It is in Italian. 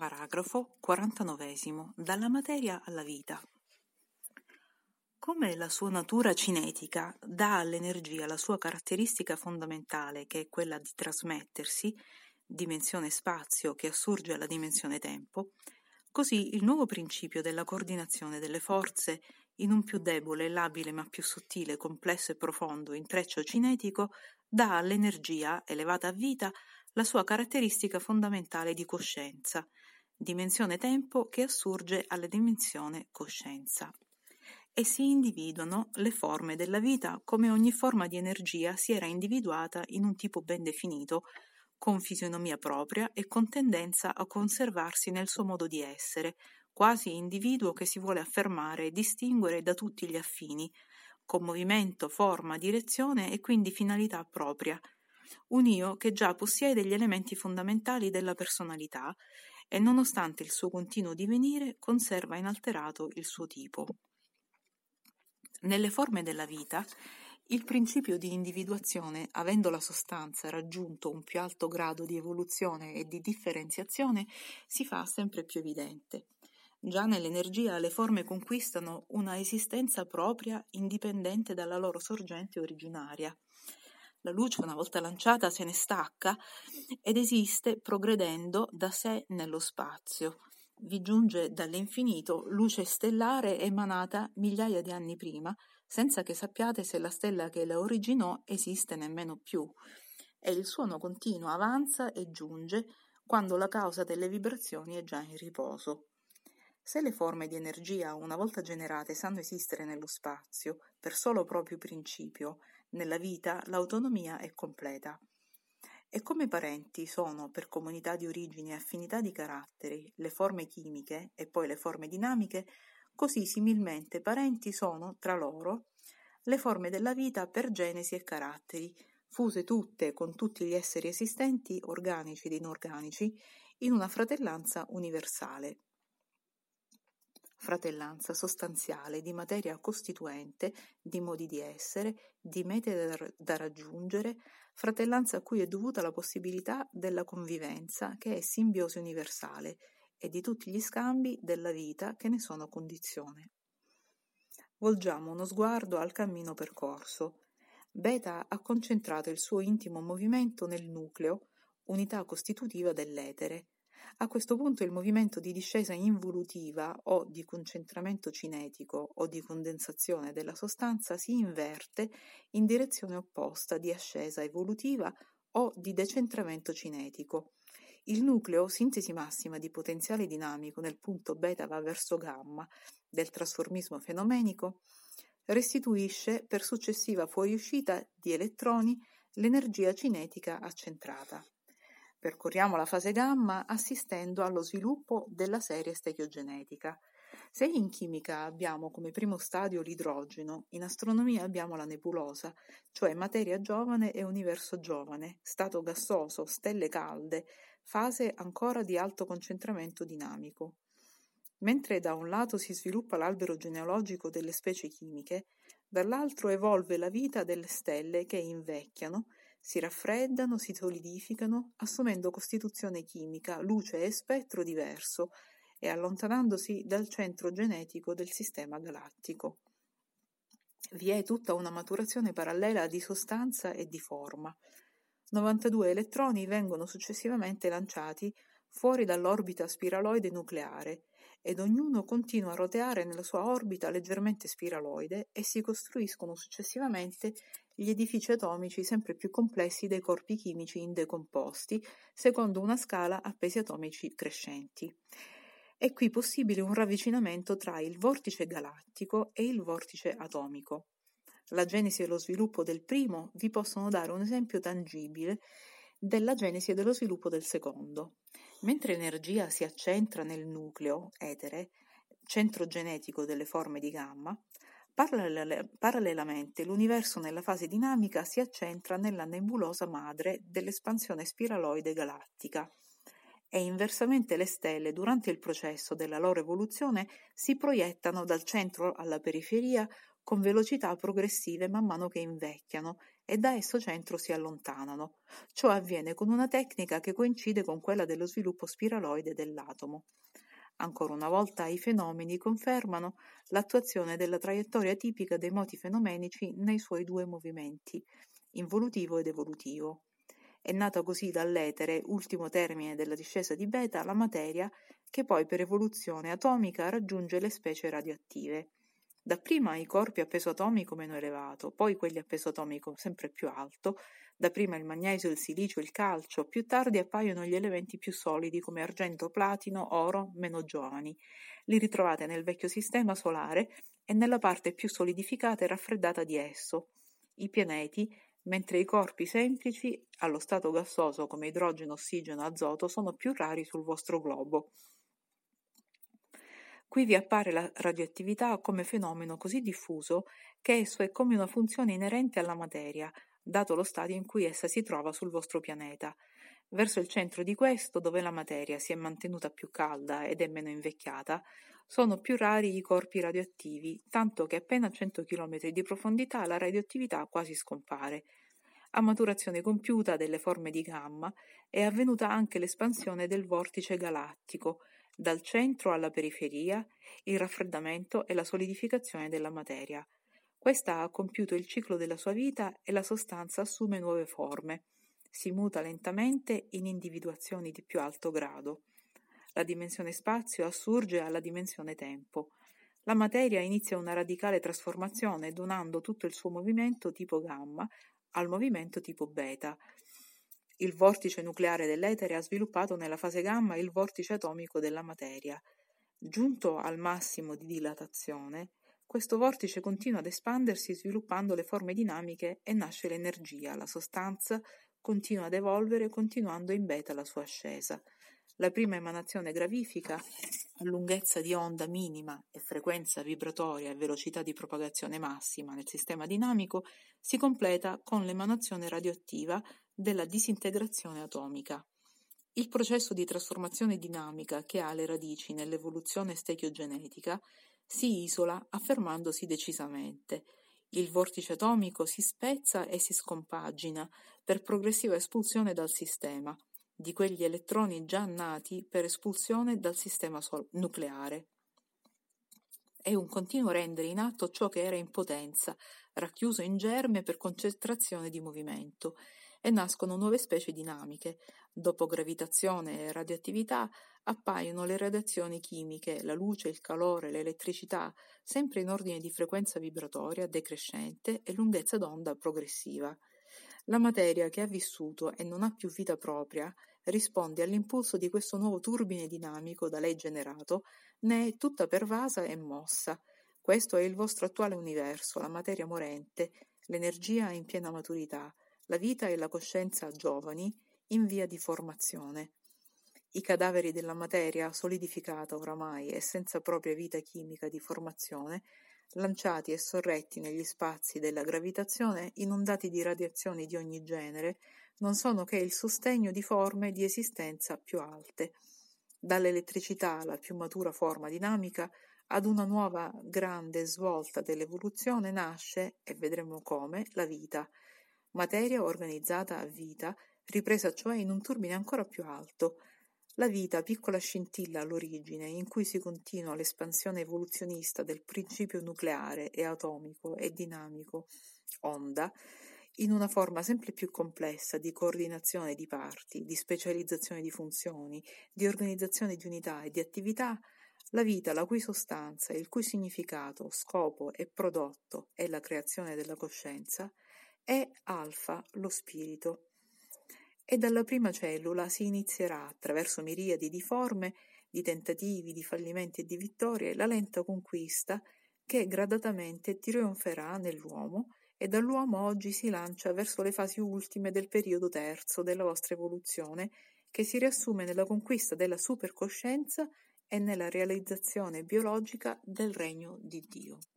Paragrafo 49. Dalla materia alla vita. Come la sua natura cinetica dà all'energia la sua caratteristica fondamentale, che è quella di trasmettersi, dimensione spazio che assurge alla dimensione tempo, così il nuovo principio della coordinazione delle forze in un più debole, labile ma più sottile, complesso e profondo intreccio cinetico dà all'energia, elevata a vita, la sua caratteristica fondamentale di coscienza, dimensione tempo che assurge alla dimensione coscienza. E si individuano le forme della vita come ogni forma di energia si era individuata in un tipo ben definito, con fisionomia propria e con tendenza a conservarsi nel suo modo di essere, quasi individuo che si vuole affermare e distinguere da tutti gli affini, con movimento, forma, direzione e quindi finalità propria. Un io che già possiede gli elementi fondamentali della personalità e nonostante il suo continuo divenire conserva inalterato il suo tipo. Nelle forme della vita, il principio di individuazione, avendo la sostanza raggiunto un più alto grado di evoluzione e di differenziazione, si fa sempre più evidente. Già nell'energia le forme conquistano una esistenza propria indipendente dalla loro sorgente originaria. La luce, una volta lanciata, se ne stacca ed esiste progredendo da sé nello spazio. Vi giunge dall'infinito luce stellare emanata migliaia di anni prima, senza che sappiate se la stella che la originò esiste nemmeno più. E il suono continuo avanza e giunge quando la causa delle vibrazioni è già in riposo. Se le forme di energia, una volta generate, sanno esistere nello spazio, per solo proprio principio, nella vita l'autonomia è completa. E come parenti sono, per comunità di origini e affinità di caratteri, le forme chimiche e poi le forme dinamiche, così similmente parenti sono, tra loro, le forme della vita per genesi e caratteri, fuse tutte con tutti gli esseri esistenti, organici ed inorganici, in una fratellanza universale. Fratellanza sostanziale di materia costituente, di modi di essere, di mete da raggiungere, fratellanza a cui è dovuta la possibilità della convivenza, che è simbiosi universale, e di tutti gli scambi della vita che ne sono condizione. Volgiamo uno sguardo al cammino percorso. Beta ha concentrato il suo intimo movimento nel nucleo, unità costitutiva dell'etere. A questo punto il movimento di discesa involutiva o di concentramento cinetico o di condensazione della sostanza si inverte in direzione opposta di ascesa evolutiva o di decentramento cinetico. Il nucleo, sintesi massima di potenziale dinamico nel punto beta va verso gamma del trasformismo fenomenico, restituisce per successiva fuoriuscita di elettroni l'energia cinetica accentrata. Percorriamo la fase gamma assistendo allo sviluppo della serie stereogenetica. Se in chimica abbiamo come primo stadio l'idrogeno, in astronomia abbiamo la nebulosa, cioè materia giovane e universo giovane, stato gassoso, stelle calde, fase ancora di alto concentramento dinamico. Mentre da un lato si sviluppa l'albero genealogico delle specie chimiche, dall'altro evolve la vita delle stelle che invecchiano, si raffreddano, si solidificano, assumendo costituzione chimica, luce e spettro diverso e allontanandosi dal centro genetico del sistema galattico. Vi è tutta una maturazione parallela di sostanza e di forma. 92 elettroni vengono successivamente lanciati fuori dall'orbita spiraloide nucleare ed ognuno continua a roteare nella sua orbita leggermente spiraloide e si costruiscono successivamente gli edifici atomici sempre più complessi dei corpi chimici indecomposti, secondo una scala a pesi atomici crescenti. È qui possibile un ravvicinamento tra il vortice galattico e il vortice atomico. La genesi e lo sviluppo del primo vi possono dare un esempio tangibile della genesi e dello sviluppo del secondo. Mentre l'energia si accentra nel nucleo, etere, centro genetico delle forme di gamma, parallelamente l'universo nella fase dinamica si accentra nella nebulosa madre dell'espansione spiraloide galattica. E inversamente le stelle, durante il processo della loro evoluzione, si proiettano dal centro alla periferia con velocità progressive man mano che invecchiano e da esso centro si allontanano. Ciò avviene con una tecnica che coincide con quella dello sviluppo spiraloide dell'atomo. Ancora una volta i fenomeni confermano l'attuazione della traiettoria tipica dei moti fenomenici nei suoi due movimenti, involutivo ed evolutivo. È nata così dall'etere, ultimo termine della discesa di beta, la materia che poi per evoluzione atomica raggiunge le specie radioattive. Dapprima i corpi a peso atomico meno elevato, poi quelli a peso atomico sempre più alto, dapprima il magnesio, il silicio, il calcio, più tardi appaiono gli elementi più solidi come argento, platino, oro, meno giovani. Li ritrovate nel vecchio sistema solare e nella parte più solidificata e raffreddata di esso, i pianeti, mentre i corpi semplici, allo stato gassoso come idrogeno, ossigeno, azoto, sono più rari sul vostro globo. Qui vi appare la radioattività come fenomeno così diffuso che esso è come una funzione inerente alla materia, dato lo stadio in cui essa si trova sul vostro pianeta. Verso il centro di questo, dove la materia si è mantenuta più calda ed è meno invecchiata, sono più rari i corpi radioattivi, tanto che appena a 100 km di profondità la radioattività quasi scompare. A maturazione compiuta delle forme di gamma è avvenuta anche l'espansione del vortice galattico, dal centro alla periferia, il raffreddamento e la solidificazione della materia. Questa ha compiuto il ciclo della sua vita e la sostanza assume nuove forme. Si muta lentamente in individuazioni di più alto grado. La dimensione spazio assurge alla dimensione tempo. La materia inizia una radicale trasformazione donando tutto il suo movimento tipo gamma al movimento tipo beta. Il vortice nucleare dell'etere ha sviluppato nella fase gamma il vortice atomico della materia. Giunto al massimo di dilatazione, questo vortice continua ad espandersi sviluppando le forme dinamiche e nasce l'energia, la sostanza continua ad evolvere continuando in beta la sua ascesa. La prima emanazione gravifica, a lunghezza di onda minima e frequenza vibratoria e velocità di propagazione massima nel sistema dinamico, si completa con l'emanazione radioattiva della disintegrazione atomica. Il processo di trasformazione dinamica che ha le radici nell'evoluzione stechiogenetica si isola affermandosi decisamente. Il vortice atomico si spezza e si scompagina per progressiva espulsione dal sistema di quegli elettroni già nati per espulsione dal sistema nucleare. È un continuo rendere in atto ciò che era in potenza, racchiuso in germe per concentrazione di movimento, e nascono nuove specie dinamiche. Dopo gravitazione e radioattività appaiono le radiazioni chimiche, la luce, il calore, l'elettricità, sempre in ordine di frequenza vibratoria decrescente e lunghezza d'onda progressiva. La materia che ha vissuto e non ha più vita propria risponde all'impulso di questo nuovo turbine dinamico da lei generato, ne è tutta pervasa e mossa. Questo è il vostro attuale universo, la materia morente, l'energia in piena maturità, la vita e la coscienza giovani in via di formazione. I cadaveri della materia, solidificata oramai e senza propria vita chimica di formazione, lanciati e sorretti negli spazi della gravitazione inondati di radiazioni di ogni genere, non sono che il sostegno di forme di esistenza più alte. Dall'elettricità, la più matura forma dinamica, ad una nuova grande svolta dell'evoluzione nasce, e vedremo come, la vita, materia organizzata a vita, ripresa cioè in un turbine ancora più alto. La vita, piccola scintilla all'origine, in cui si continua l'espansione evoluzionista del principio nucleare e atomico e dinamico, onda, in una forma sempre più complessa di coordinazione di parti, di specializzazione di funzioni, di organizzazione di unità e di attività, la vita, la cui sostanza, il cui significato, scopo e prodotto è la creazione della coscienza, è alfa, lo spirito. E dalla prima cellula si inizierà, attraverso miriadi di forme, di tentativi, di fallimenti e di vittorie, la lenta conquista che gradatamente trionferà nell'uomo e dall'uomo oggi si lancia verso le fasi ultime del periodo terzo della vostra evoluzione, che si riassume nella conquista della supercoscienza e nella realizzazione biologica del regno di Dio.